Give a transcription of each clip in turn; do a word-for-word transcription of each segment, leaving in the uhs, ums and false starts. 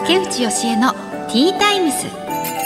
竹内義恵のティータイムス。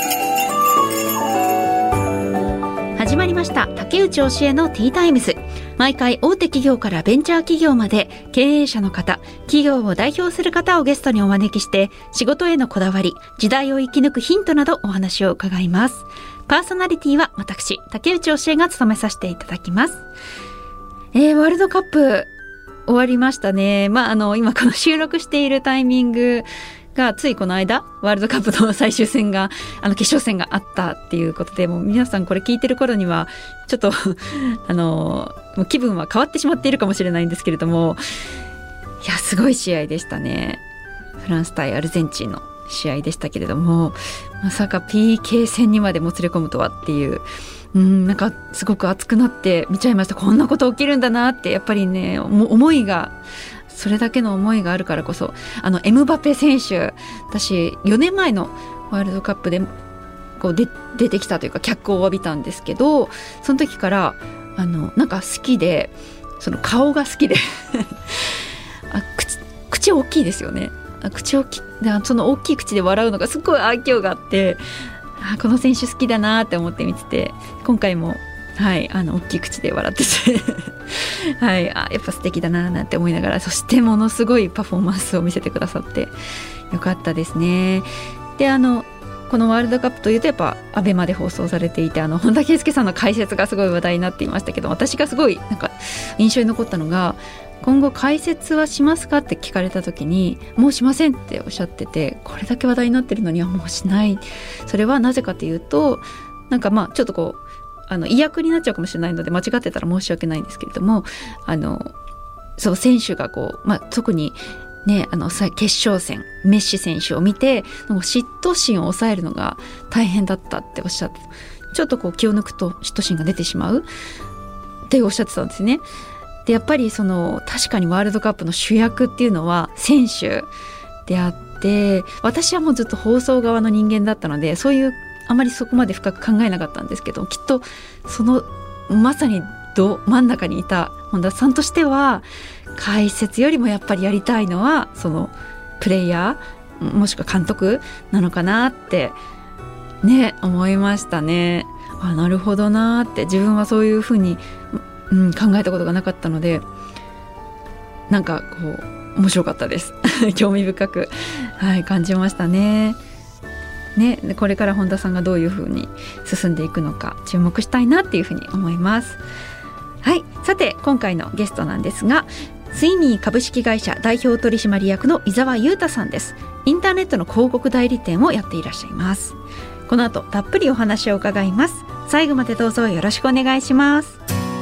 始まりました。竹内義恵のティータイムス。毎回大手企業からベンチャー企業まで経営者の方、企業を代表する方をゲストにお招きして仕事へのこだわり、時代を生き抜くヒントなどお話を伺います。パーソナリティは私竹内義恵が務めさせていただきます。えー、ワールドカップ終わりましたね。まあ、あの今この収録しているタイミングがついこの間ワールドカップの最終戦があの決勝戦があったっていうことで、もう皆さんこれ聞いてる頃にはちょっとあのもう気分は変わってしまっているかもしれないんですけれども、いやすごい試合でしたね。フランス対アルゼンチンの試合でしたけれども、まさか ピーケー 戦にまでもつれ込むとはっていう、うん、なんかすごく熱くなって見ちゃいました。こんなこと起きるんだなって、やっぱりね思いがそれだけの思いがあるからこそ、あのエムバペ選手、私よねんまえのワールドカップでこうで出てきたというか脚光を浴びたんですけど、その時からあのなんか好きで、その顔が好きであ 口, 口大きいですよね。口大きい、その大きい口で笑うのがすごい愛嬌があって、あこの選手好きだなって思って見てて、今回もはい、あの大きい口で笑っててはい、あやっぱ素敵だななんて思いながら、そしてものすごいパフォーマンスを見せてくださってよかったですね。であのこのワールドカップというとやっぱアベマで放送されていて、あの本田圭佑さんの解説がすごい話題になっていましたけど、私がすごいなんか印象に残ったのが、今後解説はしますかって聞かれた時にもうしませんっておっしゃってて、これだけ話題になってるのにはもうしない。それはなぜかというと、なんかまあちょっとこうあの意訳になっちゃうかもしれないので間違ってたら申し訳ないんですけれども、あのそう選手がこう、まあ、特にねあの決勝戦メッシ選手を見て嫉妬心を抑えるのが大変だったっておっしゃって、ちょっとこう気を抜くと嫉妬心が出てしまうっておっしゃってたんですね。でやっぱりその確かにワールドカップの主役っていうのは選手であって、私はもうずっと放送側の人間だったので、そういうあまりそこまで深く考えなかったんですけど、きっとそのまさにど真ん中にいた本田さんとしては、解説よりもやっぱりやりたいのはそのプレイヤーもしくは監督なのかなってね思いましたね。あなるほどなって、自分はそういうふうに、うん、考えたことがなかったので、なんかこう面白かったです興味深く、はい、感じましたね。ね、これから本田さんがどういうふうに進んでいくのか注目したいなっていうふうに思います。はい、さて今回のゲストなんですが、スイミー株式会社代表取締役の伊沢裕太さんです。インターネットの広告代理店をやっていらっしゃいます。この後たっぷりお話を伺います。最後までどうぞよろしくお願いします。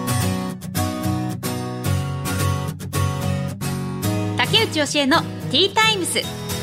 竹内義恵のティータイムス。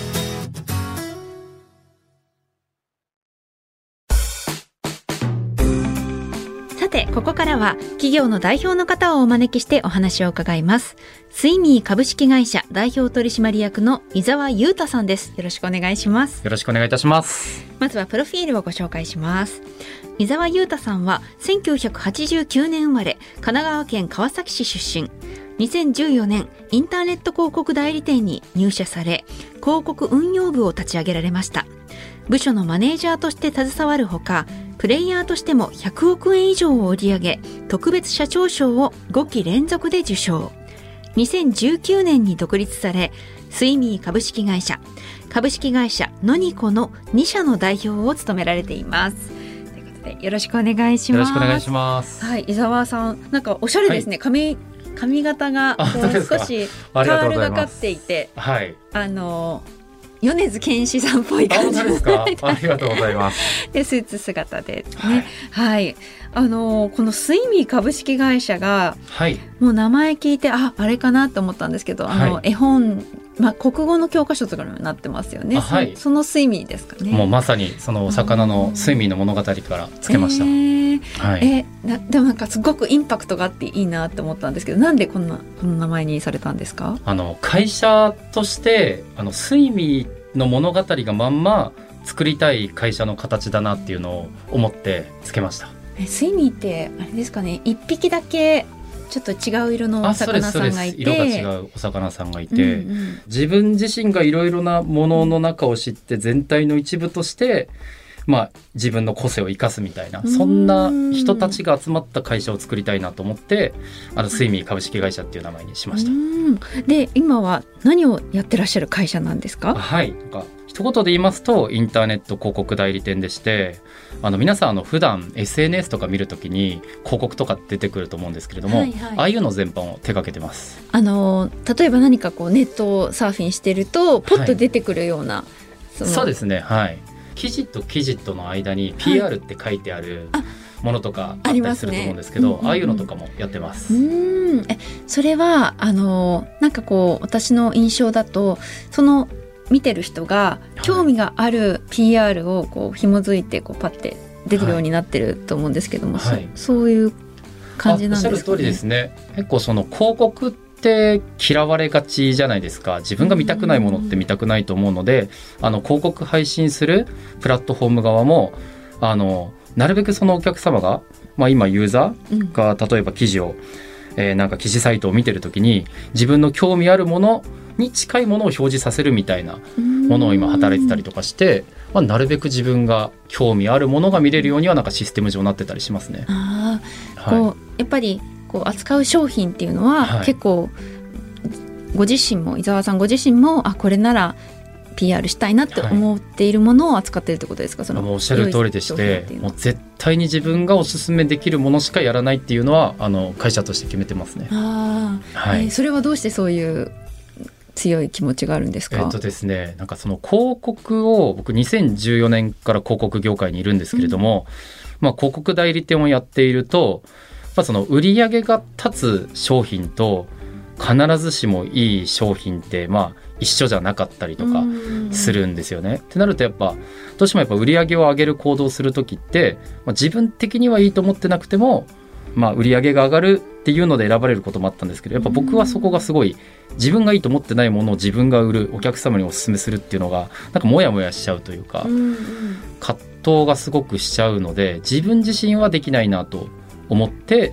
ここからは企業の代表の方をお招きしてお話を伺います。スイミー株式会社代表取締役の伊沢裕太さんです。よろしくお願いします。 よろしくお願いいたします。 まずはプロフィールをご紹介します。伊沢裕太さんはせんきゅうひゃくはちじゅうきゅうねん生まれ、神奈川県川崎市出身。にせんじゅうよねんインターネット広告代理店に入社され、広告運用部を立ち上げられました。部署のマネージャーとして携わるほか、プレイヤーとしてもひゃくおくえん以上を売り上げ、特別社長賞をごき連続で受賞。にせんじゅうきゅうねんに独立され、スイミー株式会社、株式会社ノニコのに社の代表を務められています。ということでよろしくお願いします。 よろしくお願いします。 はい、伊沢さん、なんかおしゃれですね。はい、髪髪型がこう少しカールがかっていて、 はい、 あの米津玄師さんっぽい感じですか。ありがとうございますでスーツ姿でね、はい、はい、あのこのスイミー株式会社が、はい、もう名前聞いてああれかなと思ったんですけど、あの、はい、絵本、まあ、国語の教科書とかにもなってますよね。はい、そ, そのスイミーですかね。 もうまさにそのお魚のスイミーの物語からつけました。えーはい、えなでもなんかすごくインパクトがあっていいなと思ったんですけど、なんでこんなこの名前にされたんですか？ あの会社としてあのスイミーの物語がまんま作りたい会社の形だなっていうのを思ってつけました。 えスイミーってあれですかね、一匹だけちょっと違う色のお魚さんがいて、 色が違うお魚さんがいて、 うんうん、 自分自身がいろいろなものの中を知って全体の一部としてまあ、自分の個性を生かすみたいな、そんな人たちが集まった会社を作りたいなと思って、あのスイミー株式会社っていう名前にしました。 うん、で今は何をやってらっしゃる会社なんですか？ はい、なんか一言で言いますとインターネット広告代理店でして、あの皆さんあの普段 エスエヌエス とか見るときに広告とか出てくると思うんですけれども、はいはい、ああいうの全般を手掛けてます。 あの例えば何かこうネットをサーフィンしてるとポッと出てくるような、はい、 そ, そうですね、はい、記事と記事との間に ピーアール って書いてあるものとかあったりすると思うんですけど、 あ, ね、うんうんうん、ああいうのとかもやってます。 うん、えそれはあのなんかこう私の印象だとその見てる人が興味がある ピーアール をこう紐づいてこうパッて出るようになってると思うんですけども、はい、そ, そういう感じなんですかね。 おっしゃる通りですね。結構その広告って嫌われがちじゃないですか。自分が見たくないものって見たくないと思うので、あの広告配信するプラットフォーム側もあのなるべくそのお客様が、まあ、今ユーザーが例えば記事を、えー、なんか記事サイトを見てるときに自分の興味あるものに近いものを表示させるみたいなものを今働いてたりとかして、まあ、なるべく自分が興味あるものが見れるようにはなんかシステム上になってたりしますね。 あ、はい、こうやっぱりこう扱う商品っていうのは、はい、結構ご自身も伊沢さんご自身もあこれなら ピーアール したいなって思っているものを扱っているってことですか？はい、そのもうおっしゃる通りでして、もう絶対に自分がおすすめできるものしかやらないっていうのはあの会社として決めてますね。 あ、はい、えー、それはどうしてそういう強い気持ちがあるんですか？ えっとですね、なんかその広告を僕にせんじゅうよねんから広告業界にいるんですけれども、うん、まあ、広告代理店をやっていると、まあ、その売り上げが立つ商品と必ずしもいい商品ってまあ一緒じゃなかったりとかするんですよね。ってなるとやっぱどうしてもやっぱ売り上げを上げる行動をするときって、まあ、自分的にはいいと思ってなくても、まあ、売り上げが上がるっていうので選ばれることもあったんですけど、やっぱ僕はそこがすごい自分がいいと思ってないものを自分が売る、お客様にお勧めするっていうのがなんかモヤモヤしちゃうというか、葛藤がすごくしちゃうので自分自身はできないなと思って、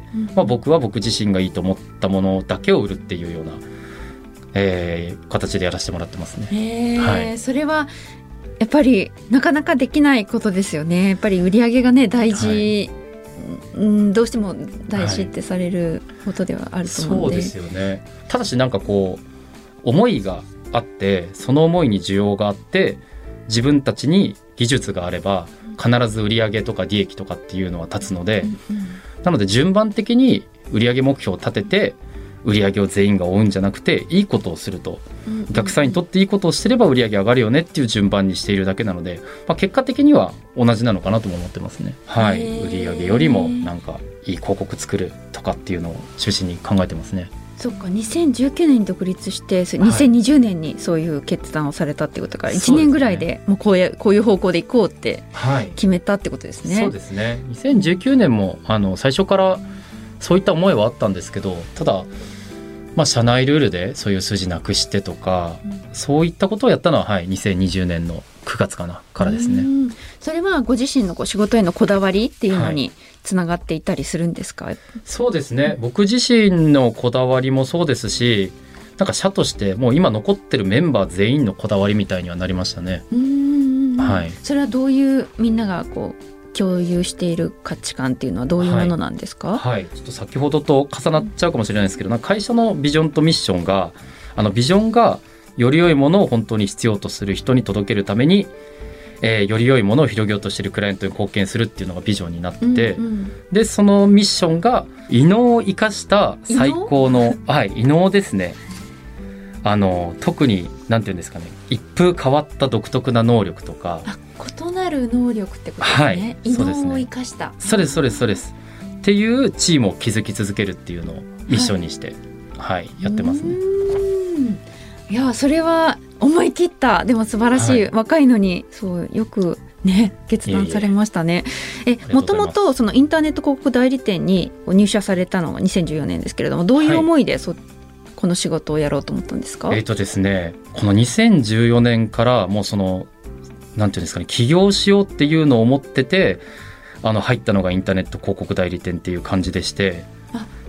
まあ、僕は僕自身がいいと思ったものだけを売るっていうような、えー、形でやらせてもらってますね。 へー、はい、それはやっぱりなかなかできないことですよね。やっぱり売り上げがね大事、はい、うん、どうしても大事ってされることではあると思うので、 はい、そうですよね。ただしなんかこう思いがあってその思いに需要があって自分たちに技術があれば必ず売り上げとか利益とかっていうのは立つので、うんうん、なので順番的に売上目標を立てて売上を全員が追うんじゃなくていいことをすると、うんうん、お客さんにとっていいことをしてれば売上上がるよねっていう順番にしているだけなので、まあ、結果的には同じなのかなとも思ってますね。はい、売上よりもなんかいい広告作るとかっていうのを中心に考えてますね。 そっか、にせんじゅうきゅうねんに独立してにせんにじゅうねんにそういう決断をされたっていうことから、はい、いちねんぐらいでもうこういう、こういう方向でいこうって決めたってことですね。 はい、そうですね。にせんじゅうきゅうねんもあの最初からそういった思いはあったんですけど、ただ、まあ、社内ルールでそういう数字なくしてとか、うん、そういったことをやったのは、はい、にせんにじゅうねんのくがつかなからですね。 うん、それはご自身のこう仕事へのこだわりっていうのにつながっていたりするんですか？はい、 そうですね。僕自身のこだわりもそうですし、なんか社としてもう今残ってるメンバー全員のこだわりみたいにはなりましたね。 うーん、 はい、 それはどういうみんながこう共有している価値観っていうのはどういうものなんですか？ はい、はい、ちょっと先ほどと重なっちゃうかもしれないですけど、なんか会社のビジョンとミッションがあのビジョンがより良いものを本当に必要とする人に届けるために、えー、より良いものを広げようとしているクライアントに貢献するっていうのがビジョンになってて、うんうん、でそのミッションが異能を生かした最高の異能、はい、異能ですね。あの特になんていうんですかね、一風変わった独特な能力とか、 あ、異なる能力ってことですね。はい、異能を生かした、 そうですそうですそうですっていうチームを築き続けるっていうのをミッションにして、はいはい、やってますね。 うん、いやそれは思い切った、でも素晴らしい、はい、若いのにそうよくね決断されましたね。ええもともとそのインターネット広告代理店に入社されたのがにせんじゅうよねんですけれども、どういう思いでそ、はい、この仕事をやろうと思ったんですか？ えーとですね、このにせんじゅうよねんからもうそのなんていうんですかね、起業しようっていうのを思っててあの入ったのがインターネット広告代理店っていう感じでして、 あ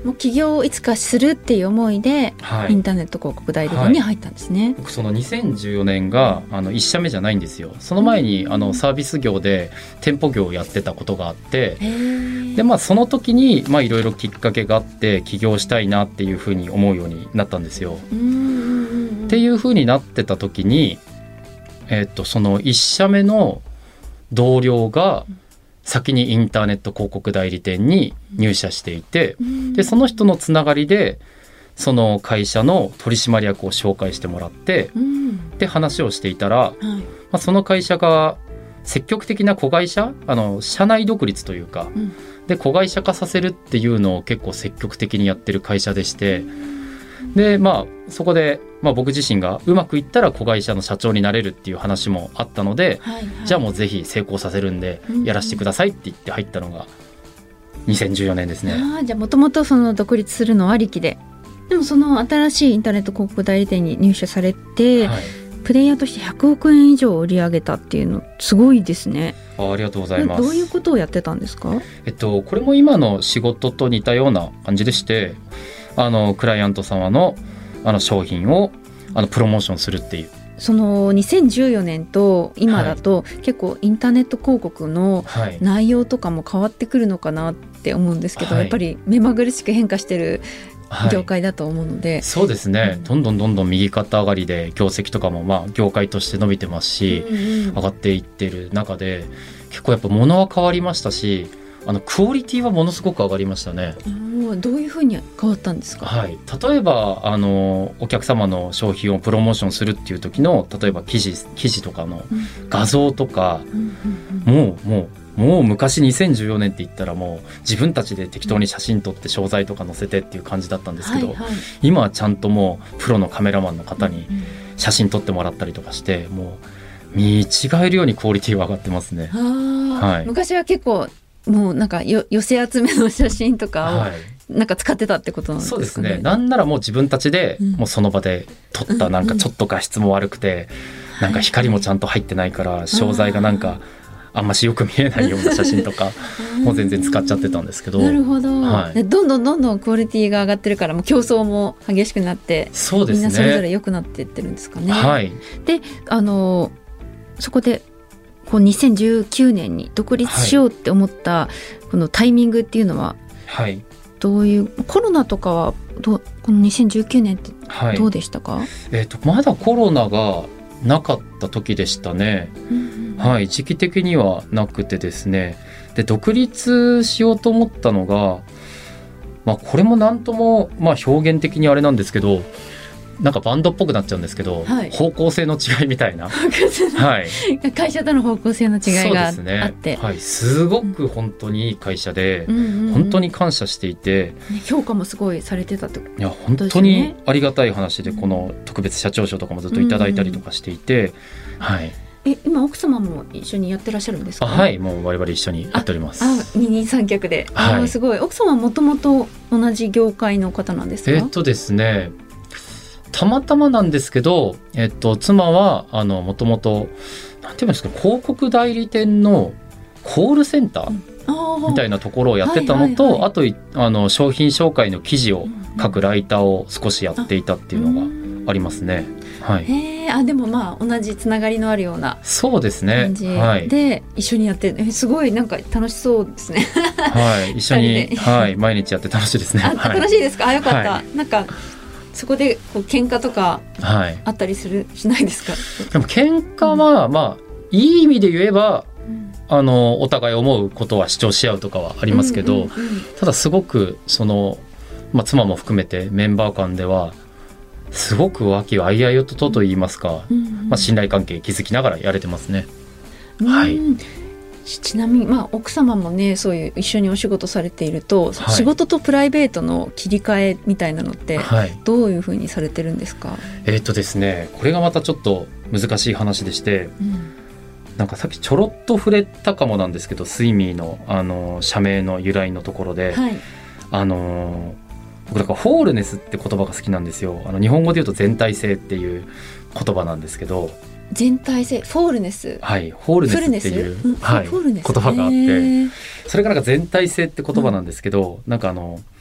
もう起業をいつかするっていう思いで、はい、インターネット広告代理店に入ったんですね、はい、 僕そのにせんじゅうよねんがあのいっ社目じゃないんですよ。その前にあのサービス業で店舗業をやってたことがあって、で、まあ、その時にいろいろきっかけがあって起業したいなっていうふうに思うようになったんですよ。っていうふうになってた時に、えー、とそのいっ社目の同僚が先にインターネット広告代理店に入社していて、でその人のつながりでその会社の取締役を紹介してもらって、で話をしていたら、まあ、その会社が積極的な子会社、あの社内独立というか、で子会社化させるっていうのを結構積極的にやってる会社でして、で、まあ、そこで、まあ、僕自身がうまくいったら子会社の社長になれるっていう話もあったので、はいはい、じゃあもうぜひ成功させるんでやらせてくださいって言って入ったのがにせんじゅうよねんですね。 あ、じゃあもともとその独立するのありきで、でもその新しいインターネット広告代理店に入社されて、はい、プレイヤーとしてひゃくおくえん以上売り上げたっていうのすごいですね。 あ, ありがとうございます。 どういうことをやってたんですか？ えっと、これも今の仕事と似たような感じでして、あのクライアント様のあの商品をあのプロモーションするっていう。 そのにせんじゅうよねんと今だと、はい、結構インターネット広告の内容とかも変わってくるのかなって思うんですけど、はい、やっぱり目まぐるしく変化してる業界だと思うので、はい、 そうですね、うん、どんどんどんどん右肩上がりで業績とかもまあ業界として伸びてますし、うんうん、上がっていってる中で結構やっぱ物は変わりましたし、あのクオリティはものすごく上がりましたね。 どういうふうに変わったんですか？ はい、例えばあのお客様の商品をプロモーションするっていう時の例えば記事、記事とかの画像とか、うんうんうん、もうもうもう昔にせんじゅうよねんって言ったらもう自分たちで適当に写真撮って商材とか載せてっていう感じだったんですけど、はいはい、今はちゃんともうプロのカメラマンの方に写真撮ってもらったりとかして、もう見違えるようにクオリティは上がってますね。 はい、昔は結構もうなんかよ寄せ集めの写真とかをなんか使ってたってことなんですかね。 そうですね、なんならもう自分たちでもうその場で撮った、なんかちょっと画質も悪くて、うんうん、なんか光もちゃんと入ってないから商材がなんかあんましよく見えないような写真とかもう全然使っちゃってたんですけどなるほど、はい、でどんどんどんどんクオリティが上がってるからもう競争も激しくなって、 そうですね、 みんなそれぞれ良くなっていってるんですかね。 はい、 であのそこでこうにせんじゅうきゅうねんに独立しようって思ったこのタイミングっていうのはどういう、はい、コロナとかはどうこのにせんじゅうきゅうねんってどうでしたか？はい、 えーと、まだコロナがなかった時でしたね、うんうん、はい、時期的にはなくてですね、で独立しようと思ったのが、まあ、これもなんとも、まあ、表現的にあれなんですけど、なんかバンドっぽくなっちゃうんですけど、はい、方向性の違いみたいな、はい、 会社との方向性の違いがあって、そうですね、 はい、すごく本当にいい会社で、うんうんうん、本当に感謝していて、 評価もすごいされてたってことですね。 いや本当にありがたい話で、この特別社長賞とかもずっといただいたりとかしていて、うんうん、はい、 え今奥様も一緒にやってらっしゃるんですか？ はい、もう我々一緒にやっております。 ああ二人三脚で、はい、あすごい。奥様はもともと同じ業界の方なんですか？ えー、っとですねたまたまなんですけど、えっと、妻はあのもともとなんていうんですか、広告代理店のコールセンターみたいなところをやってたのと、はいはいはい、あとあの商品紹介の記事を書くライターを少しやっていたっていうのがありますね。はい、 へー、あでもまあ同じつながりのあるようなそうですね、 感じで一緒にやってる、えすごいなんか楽しそうですね。 はい、一緒に、はい、毎日やって楽しいですね。 あ、楽しいですか？あ、よかった、はい、なんかそこでこう喧嘩とかあったりする、はい、しないですか？ でも喧嘩は、うん、まあいい意味で言えば、うん、あのお互い思うことは主張し合うとかはありますけど、うんうんうん、ただすごくその、まあ、妻も含めてメンバー間ではすごく和気あいあいとと言いますか、うんうんまあ、信頼関係築きながらやれてますね。 うん、はい。ちなみに、まあ、奥様もねそういう一緒にお仕事されていると、はい、仕事とプライベートの切り替えみたいなのってどういうふうにされてるんですか？はい、 えーっとですね、これがまたちょっと難しい話でして、うん、なんかさっきちょろっと触れたかもなんですけど、スイミー の, あの社名の由来のところで、はい、あの僕だからフォールネスって言葉が好きなんですよ。あの日本語で言うと全体性っていう言葉なんですけど、 全体性、フォールネス、 はい、フォールネスっていう、うんはい、言葉があって、それがなんか全体性って言葉なんですけど、うん、なんかあの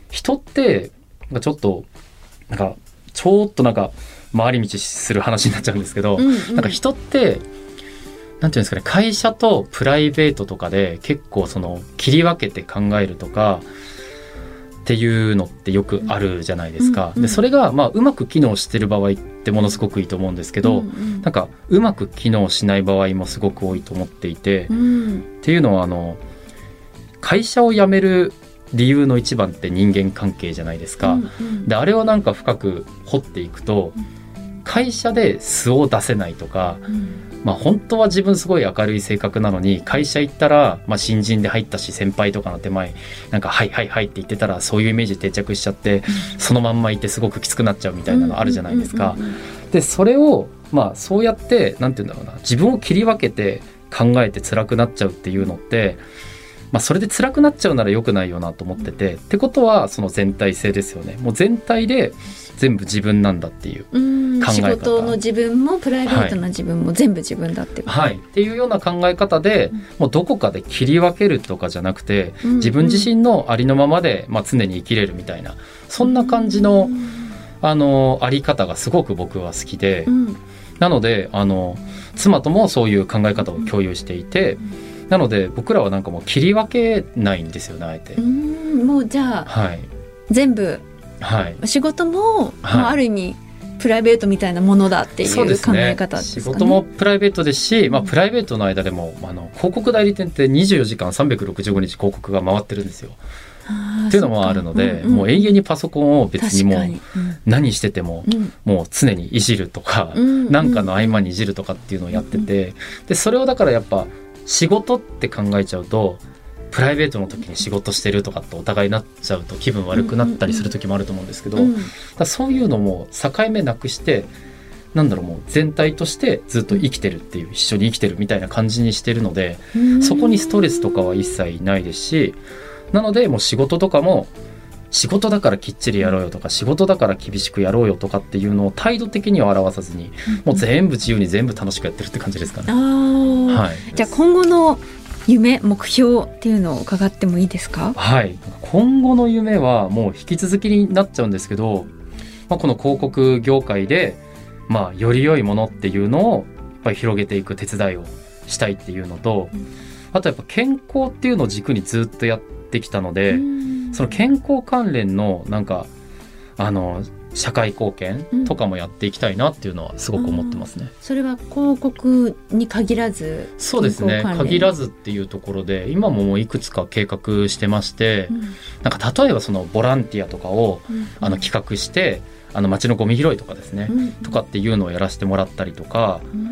人ってちょっとなんかちょっとなんか回り道する話になっちゃうんですけど、うんうん、なんか人ってなんていうんですかね、会社とプライベートとかで結構その切り分けて考えるとかっていうのってよくあるじゃないですか、うんうん、でそれがまあうまく機能してる場合ってものすごくいいと思うんですけど、うんうん、なんかうまく機能しない場合もすごく多いと思っていて、うん、っていうのはあの会社を辞める理由の一番って人間関係じゃないですか、うんうん、であれをなんか深く掘っていくと、会社で素を出せないとか、うんまあ、本当は自分すごい明るい性格なのに会社行ったら、まあ、新人で入ったし先輩とかの手前なんかはいはいはいって言ってたらそういうイメージ定着しちゃってそのまんまいてすごくきつくなっちゃうみたいなのあるじゃないですか。でそれをまあそうやってなんて言うんだろうな、自分を切り分けて考えて辛くなっちゃうっていうのって、まあ、それで辛くなっちゃうなら良くないよなと思ってて、ってことはその全体性ですよね。もう全体で全部自分なんだっていう考え方、仕事の自分もプライベートな自分も全部自分だってこと、 はいはい、っていうような考え方で、うん、もうどこかで切り分けるとかじゃなくて、うん、自分自身のありのままで、まあ、常に生きれるみたいなそんな感じの、うん、あのあり方がすごく僕は好きで、うん、なのであの妻ともそういう考え方を共有していて、うん、なので僕らはなんかもう切り分けないんですよね、あえて。 うんもうじゃあ、はい、全部はい、仕事も、はいまあ、ある意味プライベートみたいなものだっていう考え方ですかね。 仕事もプライベートですし、まあ、プライベートの間でもあの広告代理店ってにじゅうよじかんさんびゃくろくじゅうごにち広告が回ってるんですよ。っていうのもあるので、うんうん、もう永遠にパソコンを別にもう何してても、うん、もう常にいじるとか、うん、なんかの合間にいじるとかっていうのをやってて、うん、でそれをだからやっぱ仕事って考えちゃうとプライベートの時に仕事してるとかってお互いになっちゃうと気分悪くなったりする時もあると思うんですけど、うんうんうん、だそういうのも境目なくしてなんだろうもう全体としてずっと生きてるっていう、一緒に生きてるみたいな感じにしてるので、そこにストレスとかは一切ないですし、なのでもう仕事とかも仕事だからきっちりやろうよとか仕事だから厳しくやろうよとかっていうのを態度的には表さずに、もう全部自由に全部楽しくやってるって感じですかね。あ、 はい、じゃあ今後の夢目標っていうのを伺ってもいいですか？ はい、今後の夢はもう引き続きになっちゃうんですけど、まあ、この広告業界で、まあ、より良いものっていうのをやっぱり広げていく手伝いをしたいっていうのと、うん、あとやっぱ健康っていうのを軸にずっとやってきたので、その健康関連のなんかあの社会貢献とかもやっていきたいなっていうのはすごく思ってますね、うん、 それは広告に限らず？ そうですね、限らずっていうところで今ももういくつか計画してまして、うん、なんか例えばそのボランティアとかを、うん、あの企画してあの街のゴミ拾いとかですね、うん、とかっていうのをやらせてもらったりとか、うん、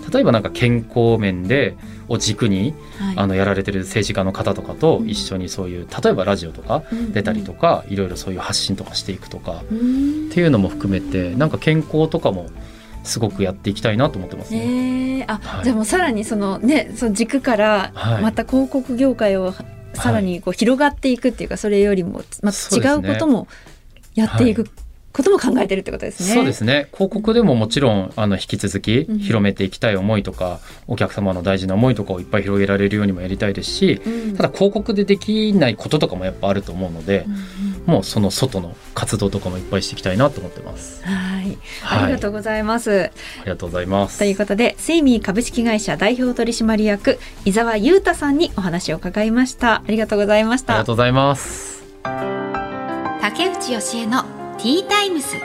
例えばなんか健康面でを軸に、はい、あのやられてる政治家の方とかと一緒にそういう、例えばラジオとか出たりとか、うん、いろいろそういう発信とかしていくとか、うん、っていうのも含めてなんか健康とかもすごくやっていきたいなと思ってますね、 えーあはい、じゃあもうさらにその、ね、その軸からまた広告業界をさらにこう広がっていくっていうか、それよりもまた違うこともやっていく、はいことも考えてるってことですね。 そうですね、広告でももちろんあの引き続き広めていきたい思いとか、うん、お客様の大事な思いとかをいっぱい広げられるようにもやりたいですし、うん、ただ広告でできないこととかもやっぱあると思うので、うん、もうその外の活動とかもいっぱいしていきたいなと思ってます。 はい、ありがとうございます、はい、ありがとうございます。 ということでセイミー株式会社代表取締役伊沢裕太さんにお話を伺いました。ありがとうございました。 ありがとうございます。 竹内義恵のティータイムス。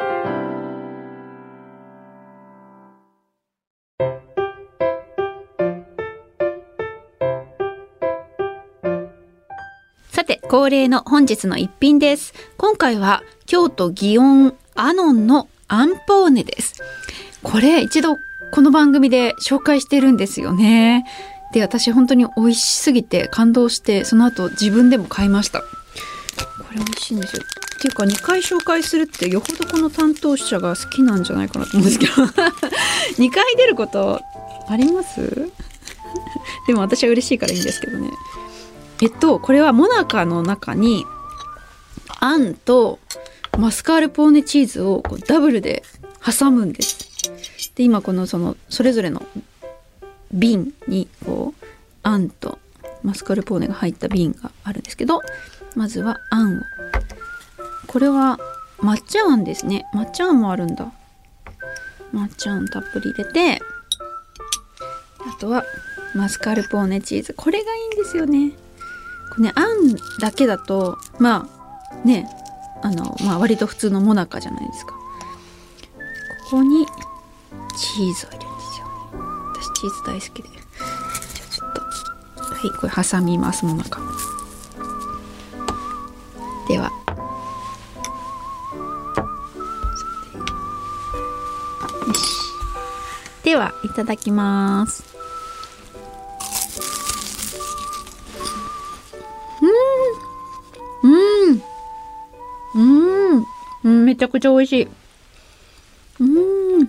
さて恒例の本日の一品です。今回は京都祇園アノンのアンポーネです。これ一度この番組で紹介してるんですよね。で私本当に美味しすぎて感動して、その後自分でも買いました。これ美味しいんですよ。っていうかにかい紹介するってよほどこの担当者が好きなんじゃないかなと思うんですけどにかい出ることありますでも私は嬉しいからいいんですけどね。えっとこれはモナカの中にあんとマスカルポーネチーズをこうダブルで挟むんです。で今このそのそれぞれの瓶にこうあんとマスカルポーネが入った瓶があるんですけど、まずはあんをこれは抹茶あんですね。抹茶あんもあるんだ。抹茶あんたっぷり入れて、あとはマスカルポーネチーズ、これがいいんですよね。これね、あんだけだとまあね、あの、まあ、割と普通のモナカじゃないですか。ここにチーズを入れるんですよね。私チーズ大好きで。じゃあちょっと、はい、これ挟みます、モナカ。ではよし、ではいただきます。うんうんうん、めちゃくちゃ美味しい。うん、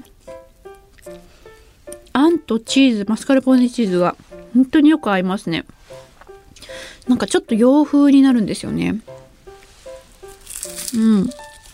あんとチーズ、マスカルポーネチーズが本当によく合いますね。なんかちょっと洋風になるんですよね。うん、うん、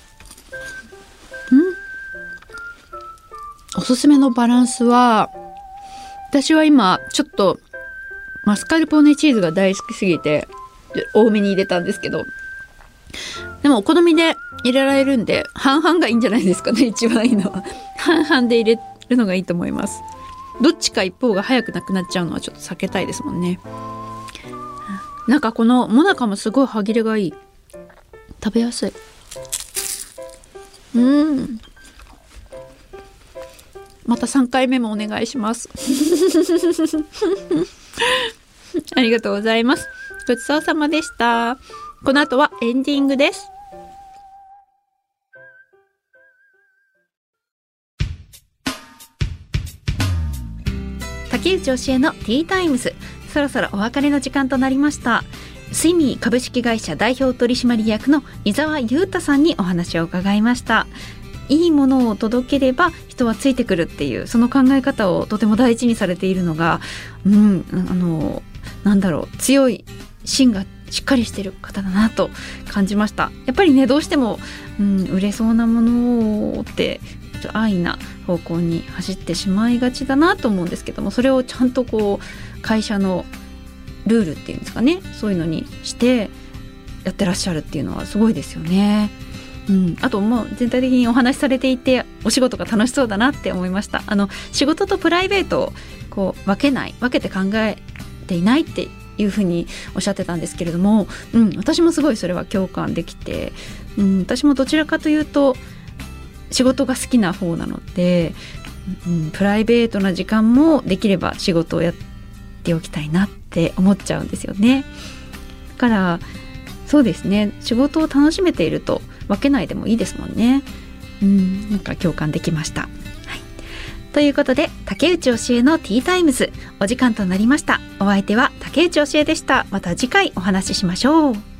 おすすめのバランスは、私は今ちょっとマスカルポーネチーズが大好きすぎて多めに入れたんですけど、でもお好みで入れられるんで半々がいいんじゃないですかね。一番いいのは半々で入れるのがいいと思います。どっちか一方が早くなくなっちゃうのはちょっと避けたいですもんね。なんかこのモナカもすごい歯切れがいい。食べやすい。うん、またさんかいめもお願いしますありがとうございます。ごちそうさまでした。この後はエンディングです。竹内教えのティータイムズ、そろそろお別れの時間となりました。スイミー株式会社代表取締役の伊沢裕太さんにお話を伺いました。いいものを届ければ人はついてくるっていう、その考え方をとても大事にされているのが、うん、あのなんだろう、強い芯がしっかりしてる方だなと感じました。やっぱりね、どうしても、うん、売れそうなものって安易な方向に走ってしまいがちだなと思うんですけども、それをちゃんとこう会社のルールっていうんですかね、そういうのにしてやってらっしゃるっていうのはすごいですよね。うん、あともう全体的にお話しされていてお仕事が楽しそうだなって思いました。あの仕事とプライベートをこう分けない分けて考えていないっていうふうにおっしゃってたんですけれども、うん、私もすごいそれは共感できて、うん、私もどちらかというと仕事が好きな方なので、うん、プライベートな時間もできれば仕事をやっておきたいなって思っちゃうんですよね。だからそうですね、仕事を楽しめていると分けないでもいいですもんね。うん、なんか共感できました。はい、ということで竹内教えのティータイムズ、お時間となりました。お相手は竹内教えでした。また次回お話ししましょう。